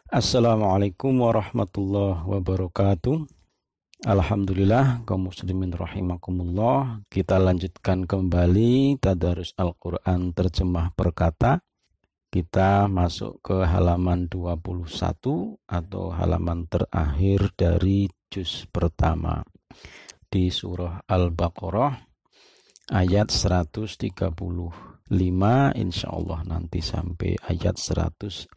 Assalamualaikum warahmatullahi wabarakatuh. Alhamdulillah kaum muslimin rahimakumullah. Kita lanjutkan kembali tadarus Al-Quran terjemah perkata. Kita masuk ke halaman 21 atau halaman terakhir dari juz pertama di surah Al-Baqarah ayat 135, insyaallah nanti sampai ayat 141.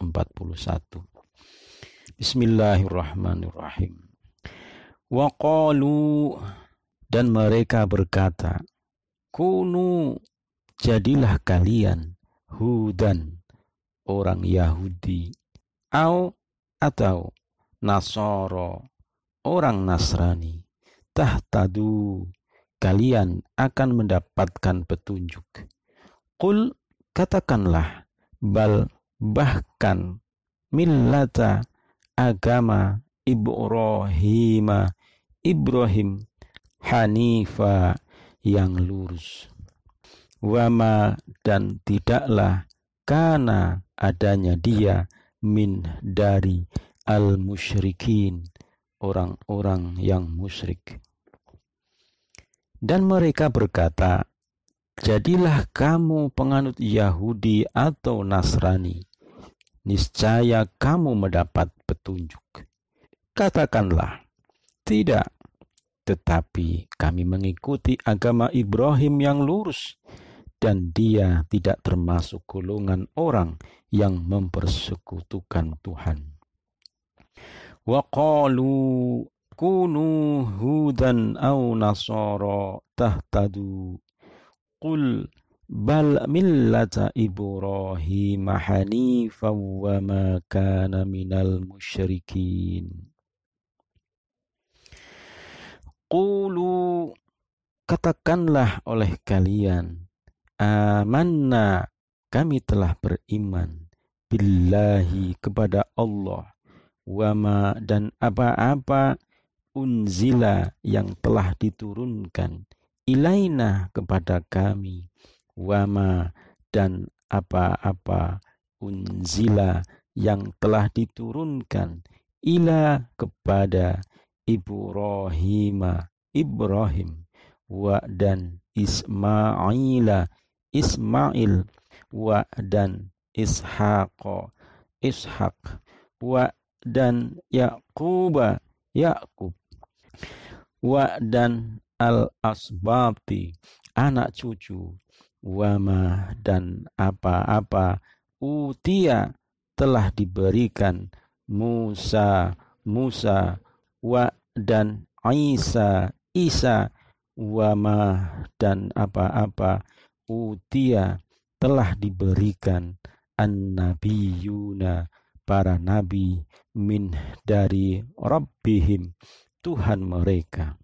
Bismillahirrahmanirrahim. Wa qalu, dan mereka berkata, kunu, jadilah kalian hudan, orang Yahudi, atau Nasoro, orang Nasrani, tahtadu, kalian akan mendapatkan petunjuk. Qul, katakanlah, bal, bahkan, millata, agama Ibrahim Hanifa, yang lurus. Wama, dan tidaklah kana adanya dia min dari al-musyrikin, orang-orang yang musyrik. Dan mereka berkata, jadilah kamu penganut Yahudi atau Nasrani, niscaya kamu mendapat petunjuk. Katakanlah, tidak, tetapi kami mengikuti agama Ibrahim yang lurus, dan dia tidak termasuk golongan orang yang mempersekutukan Tuhan. Wa qalu kunu hudan aw nasara tahtadu. Qul bal millata Ibrahim hanifa wa ma kana minal musyrikin. Qulu, katakanlah oleh kalian, amanna, kami telah beriman, billahi, kepada Allah, wama, dan apa-apa, unzila, yang telah diturunkan, ilaina, kepada kami, wama, dan apa-apa, unzila, yang telah diturunkan, ila, kepada Ibrahim, wa, dan Ismail, wa, dan Ishaq, wa, dan Yaqub, wa, dan al-asbati, anak cucu, wama, dan apa-apa, utia, telah diberikan Musa, wa, dan Isa, wama, dan apa-apa, utia, telah diberikan an-nabiyuna, para nabi, min, dari Rabbihim, Tuhan mereka.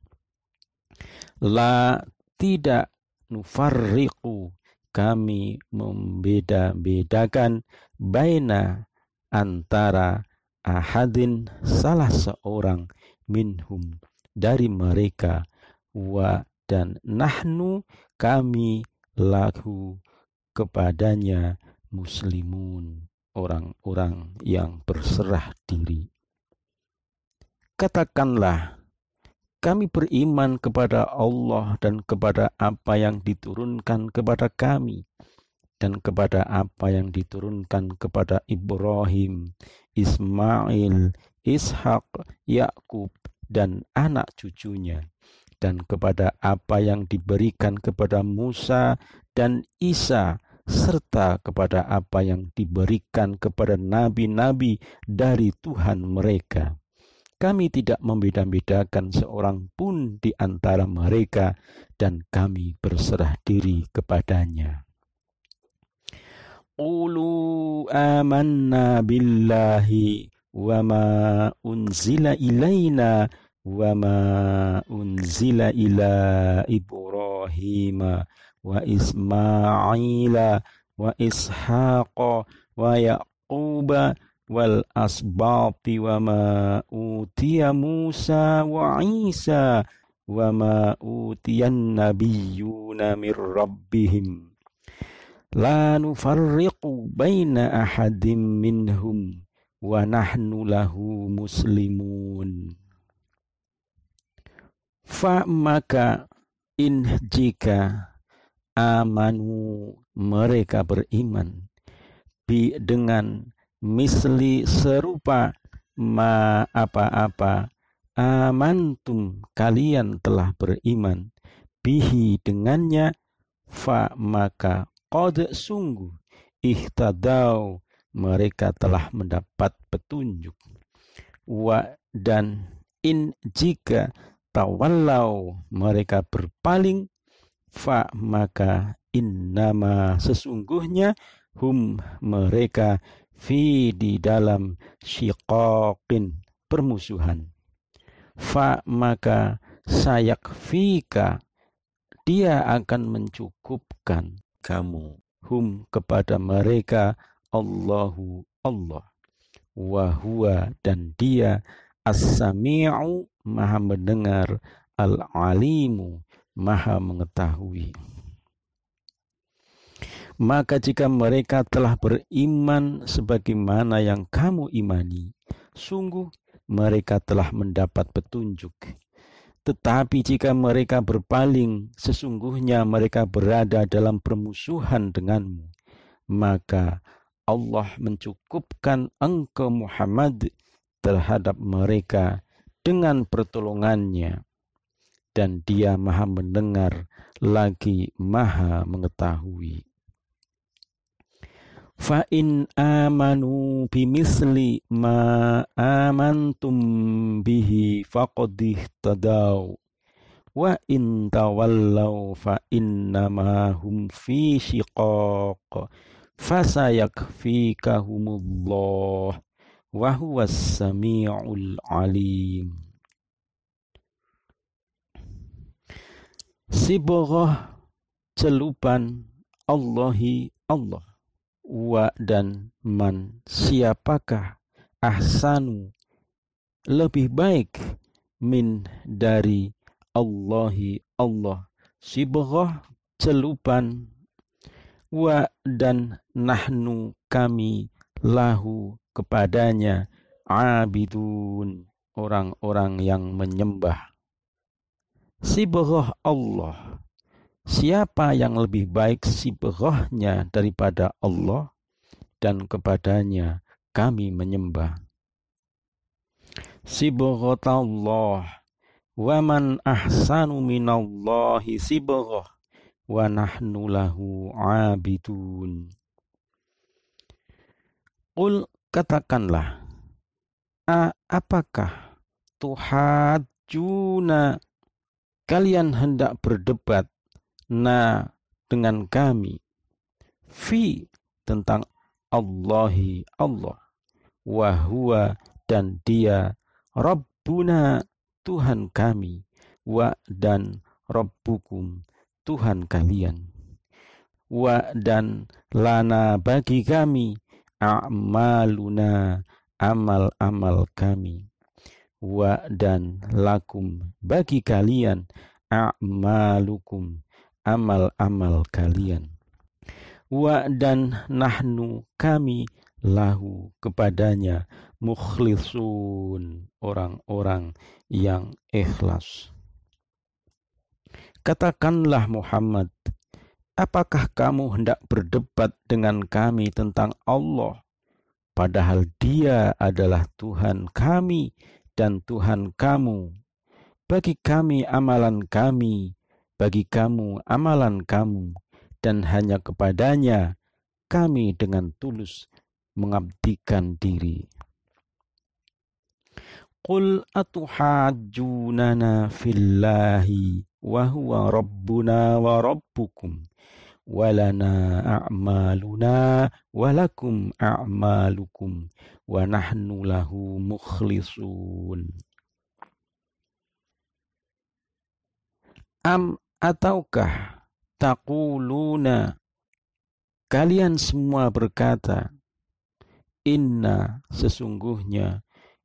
La, tidak, nufarriqu, kami membeda-bedakan, baina, antara, ahadin, salah seorang, minhum, dari mereka, wa, dan nahnu, kami, lahu, kepadanya, muslimun, orang-orang yang berserah diri. Katakanlah, kami beriman kepada Allah dan kepada apa yang diturunkan kepada kami, dan kepada apa yang diturunkan kepada Ibrahim, Ismail, Ishak, Yakub, dan anak cucunya, dan kepada apa yang diberikan kepada Musa dan Isa, serta kepada apa yang diberikan kepada nabi-nabi dari Tuhan mereka. Kami tidak membeda-bedakan seorang pun di antara mereka, dan kami berserah diri kepadanya. Qulu amanna billahi wa ma unzila ilaina wa ma unzila ila Ibrahim wa Ismaila wa Ishaqa wa Yaquba wal asbati wa ma utiya Musa wa Isa wa ma utiyan nabiyyuna mir rabbihim la nufarriqu baina ahadin minhum wa nahnu lahu muslimun. Fa maka in jika amanu mereka beriman bi dengan misli serupa ma apa-apa amantum kalian telah beriman bihi dengannya, fa maka qad sungguh ihtadau mereka telah mendapat petunjuk. Wa dan in jika tawallau mereka berpaling, fa maka innama sesungguhnya hum mereka fi di dalam syiqaqin permusuhan. Fa maka sayakfika dia akan mencukupkan kamu hum kepada mereka Allahu Allah, wa huwa dan dia as-sami'u maha mendengar, al-alimu maha mengetahui. Maka jika mereka telah beriman sebagaimana yang kamu imani, sungguh mereka telah mendapat petunjuk. Tetapi jika mereka berpaling, sesungguhnya mereka berada dalam permusuhan denganmu. Maka Allah mencukupkan engkau Muhammad terhadap mereka dengan pertolongannya. Dan dia maha mendengar lagi maha mengetahui. Fa in amanu bimisli ma amantum bihi faqad ihtadaw wa in tawallaw fa innama hum fi shiqaq fasayakfikahumullah wa huwas sami'ul alim. Sibogoh celupan Allahi Allah, wa dan man siapakah ahsanu lebih baik min dari Allahi Allah, sibogoh celupan, wa dan nahnu kami lahu kepadanya abidun orang-orang yang menyembah. Sibogoh Allah, siapa yang lebih baik sibogohnya daripada Allah, dan kepadanya kami menyembah. Sibogot Allah, wa man ahsanu minallahi sibogoh, wa nahnu lahu abidun. Qul katakanlah, apakah tuhajuna kalian hendak berdebat dengan kami fi tentang Allahi Allah, wa huwa dan dia Rabbuna Tuhan kami, wa dan Rabbukum Tuhan kalian, wa dan lana bagi kami a'maluna amal-amal kami, wa dan lakum bagi kalian a'malukum amal-amal kalian, wa dan nahnu kami lahu kepadanya mukhlisun orang-orang yang ikhlas. Katakanlah Muhammad, apakah kamu hendak berdebat dengan kami tentang Allah, padahal dia adalah Tuhan kami dan Tuhan kamu? Bagi kami amalan kami, bagi kamu amalan kamu, dan hanya kepadanya kami dengan tulus mengabdikan diri. Qul atuhajjunana fillahi wa huwa rabbuna wa rabbukum walana a'maluna walakum a'malukum wa nahnu lahu mukhlisun. Am ataukah taquluna kalian semua berkata, inna sesungguhnya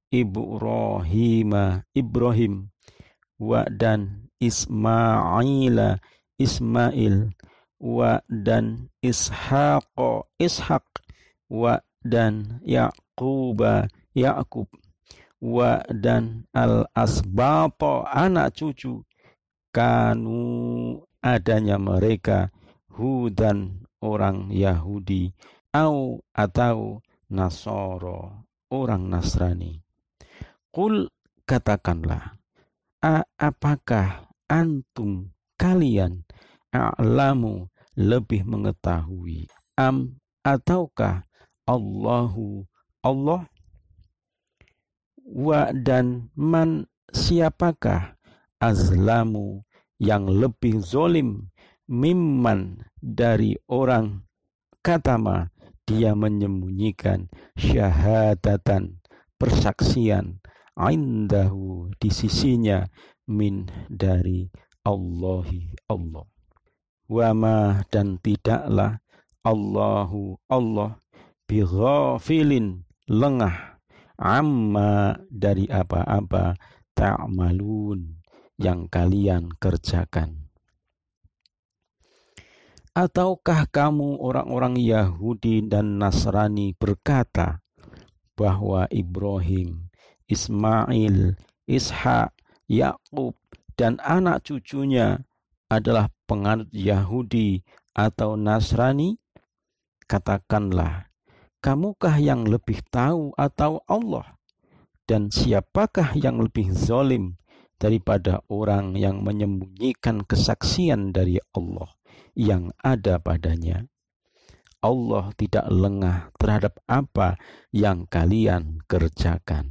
Ibrahim wa dan Ismail wa dan Ishaq wa dan Ya'qub, wa dan al-asbata anak cucu, kanu adanya mereka, Hudan orang Yahudi, atau Nasoro orang Nasrani. Qul katakanlah, apakah antum kalian a'lamu lebih mengetahui, ataukah Allahu Allah, wa dan man siapakah azlamu yang lebih zolim, mimman dari orang katama dia menyembunyikan syahadatan persaksian indahu di sisinya min dari Allahi Allah. Wama dan tidaklah Allahu Allah bighafilin lengah amma dari apa-apa ta'malun yang kalian kerjakan. Ataukah kamu orang-orang Yahudi dan Nasrani berkata bahwa Ibrahim, Ismail, Ishak, Ya'qub dan anak cucunya adalah penganut Yahudi atau Nasrani? Katakanlah, kamukah yang lebih tahu atau Allah? Dan siapakah yang lebih zalim daripada orang yang menyembunyikan kesaksian dari Allah yang ada padanya? Allah tidak lengah terhadap apa yang kalian kerjakan.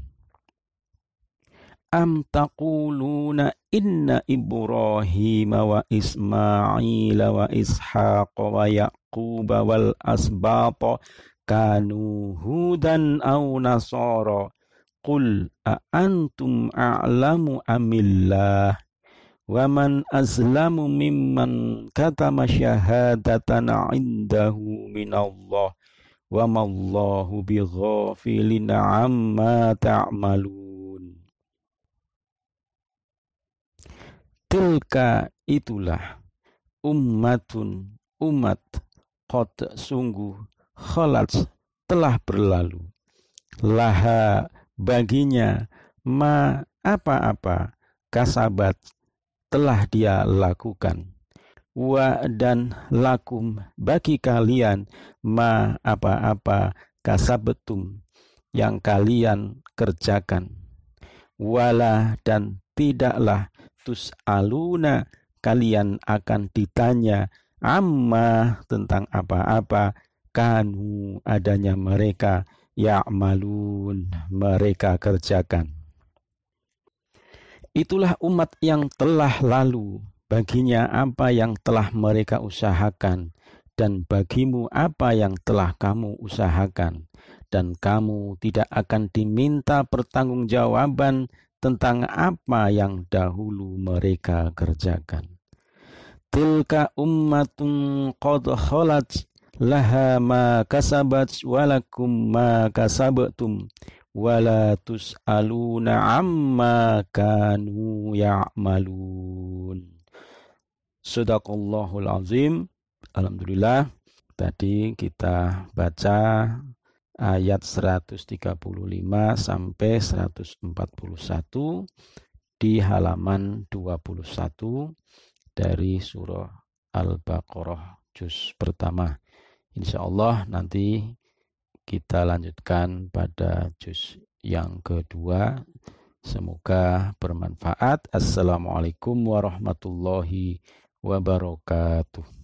Am taquluna inna Ibrahim wa Ismail wa Ishaq wa Ya'qub wal asbata kanu hudan aw nasara. Qul antum a'lamu amillah wa man azlamu mimman katama syahadatan indahu minallah wa mallahu bighafilin amma ta'malun. Tilka itulah ummatun umat, qad sungguh, khalat telah berlalu, laha baginya, ma apa-apa, kasabat telah dia lakukan, wa dan lakum bagi kalian, ma apa-apa, kasabetum yang kalian kerjakan, wala dan tidaklah, tus'aluna kalian akan ditanya, amma tentang apa-apa, kanu adanya mereka, ya'malun mereka kerjakan. Itulah umat yang telah lalu, baginya apa yang telah mereka usahakan, dan bagimu apa yang telah kamu usahakan, dan kamu tidak akan diminta pertanggungjawaban tentang apa yang dahulu mereka kerjakan. Tilka ummatun qad khalat laha ma kasabat walakum ma kasabtum wala tus'aluna amma kanu ya'malun. Shadaqallahul azim. Alhamdulillah, tadi kita baca ayat 135 sampai 141 di halaman 21 dari surah Al-Baqarah juz pertama. Insyaallah nanti kita lanjutkan pada juz yang kedua. Semoga bermanfaat. Assalamualaikum warahmatullahi wabarakatuh.